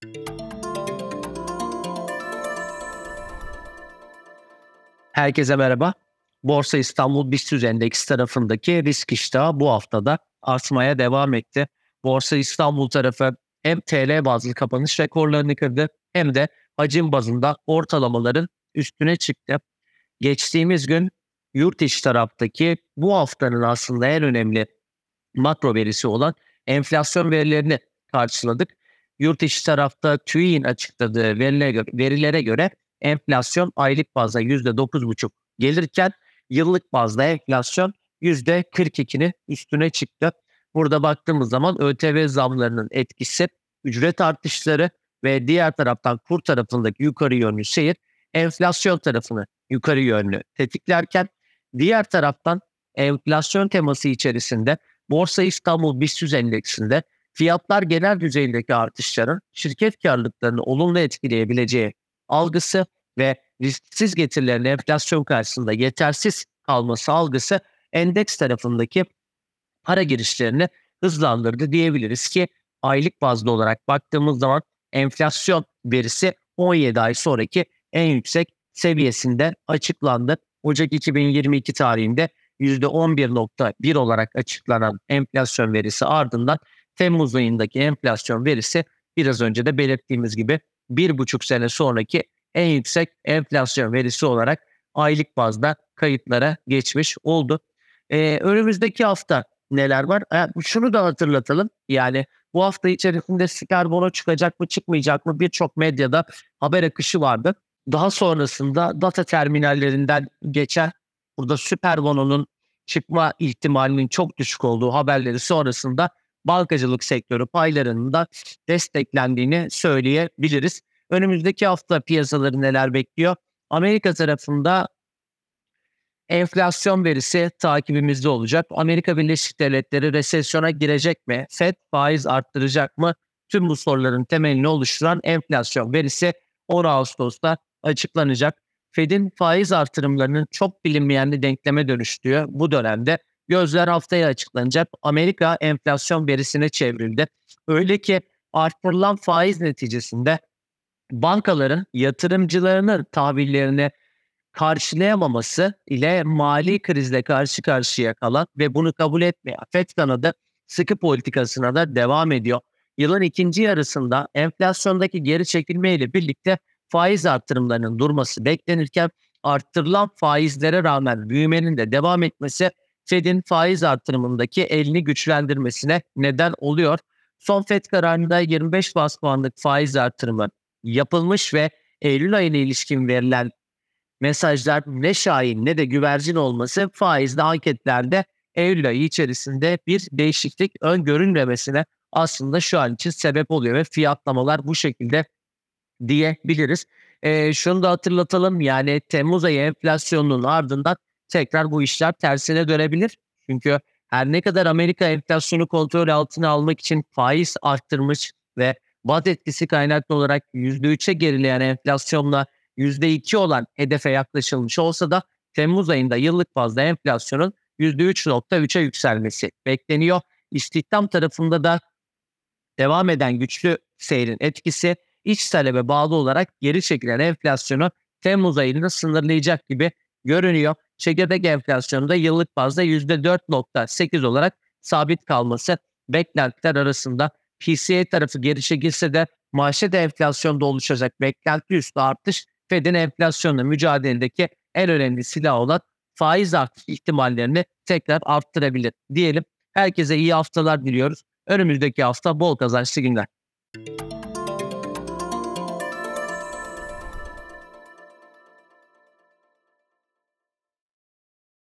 Herkese merhaba. Borsa İstanbul BIST Endeksi tarafındaki risk iştahı bu haftada artmaya devam etti. Borsa İstanbul tarafı hem TL bazlı kapanış rekorlarını kırdı hem de hacim bazında ortalamaların üstüne çıktı. Geçtiğimiz gün yurt içi taraftaki bu haftanın aslında en önemli makro verisi olan enflasyon verilerini karşıladık. Yurt içi tarafta TÜİK'in açıkladığı verilere göre enflasyon aylık bazda %9,5 gelirken yıllık bazda enflasyon %42'nin üstüne çıktı. Burada baktığımız zaman ÖTV zamlarının etkisi, ücret artışları ve diğer taraftan kur tarafındaki yukarı yönlü seyir enflasyon tarafını yukarı yönlü tetiklerken diğer taraftan enflasyon teması içerisinde Borsa İstanbul BIST Endeksinde fiyatlar genel düzeydeki artışların şirket karlılıklarını olumlu etkileyebileceği algısı ve risksiz getirilerin enflasyon karşısında yetersiz kalması algısı endeks tarafındaki para girişlerini hızlandırdı diyebiliriz ki aylık bazlı olarak baktığımız zaman enflasyon verisi 17 ay sonraki en yüksek seviyesinde açıklandı. Ocak 2022 tarihinde %11,1 olarak açıklanan enflasyon verisi ardından Temmuz ayındaki enflasyon verisi biraz önce de belirttiğimiz gibi 1,5 sene sonraki en yüksek enflasyon verisi olarak aylık bazda kayıtlara geçmiş oldu. Önümüzdeki hafta neler var? Şunu da hatırlatalım. Yani bu hafta içerisinde Scarbono çıkacak mı çıkmayacak mı birçok medyada haber akışı vardı. Daha sonrasında data terminallerinden geçen burada Süperbono'nun çıkma ihtimalinin çok düşük olduğu haberleri sonrasında bankacılık sektörü paylarının da desteklendiğini söyleyebiliriz. Önümüzdeki hafta piyasaları neler bekliyor? Amerika tarafında enflasyon verisi takibimizde olacak. Amerika Birleşik Devletleri resesyona girecek mi? FED faiz arttıracak mı? Tüm bu soruların temelini oluşturan enflasyon verisi 10 Ağustos'ta açıklanacak. Fed'in faiz artırımlarının çok bilinmeyenli denkleme dönüştüğü bu dönemde gözler haftaya açıklanacak Amerika enflasyon verisine çevrildi. Öyle ki arttırılan faiz neticesinde bankaların yatırımcılarının tahvillerini karşılayamaması ile mali krizle karşı karşıya kalan ve bunu kabul etmeyen FED kanadı sıkı politikasına da devam ediyor. Yılın ikinci yarısında enflasyondaki geri çekilme ile birlikte faiz artırımlarının durması beklenirken arttırılan faizlere rağmen büyümenin de devam etmesi Fed'in faiz artırımındaki elini güçlendirmesine neden oluyor. Son FED kararında 25 bas puanlık faiz artırımı yapılmış ve Eylül ayına ilişkin verilen mesajlar ne şahin ne de güvercin olması faizli anketlerde Eylül ayı içerisinde bir değişiklik öngörülmemesine aslında şu an için sebep oluyor ve fiyatlamalar bu şekilde diyebiliriz. Şunu da hatırlatalım, yani Temmuz ayı enflasyonunun ardından tekrar bu işler tersine dönebilir. Çünkü her ne kadar Amerika enflasyonu kontrol altına almak için faiz arttırmış ve bat etkisi kaynaklı olarak %3'e gerileyen enflasyonla %2 olan hedefe yaklaşılmış olsa da Temmuz ayında yıllık bazda enflasyonun %3,3'e yükselmesi bekleniyor. İstihdam tarafında da devam eden güçlü seyrin etkisi iç talebe bağlı olarak geri çekilen enflasyonu Temmuz ayında sınırlayacak gibi görünüyor. Çekirdek enflasyonu da yıllık bazda %4,8 olarak sabit kalması beklentiler arasında. PCE tarafı geri çekilse de maaşet enflasyonda oluşacak beklenti üstü artış Fed'in enflasyonla mücadeledeki en önemli silah olan faiz artış ihtimallerini tekrar arttırabilir diyelim. Herkese iyi haftalar diliyoruz. Önümüzdeki hafta bol kazançlı günler.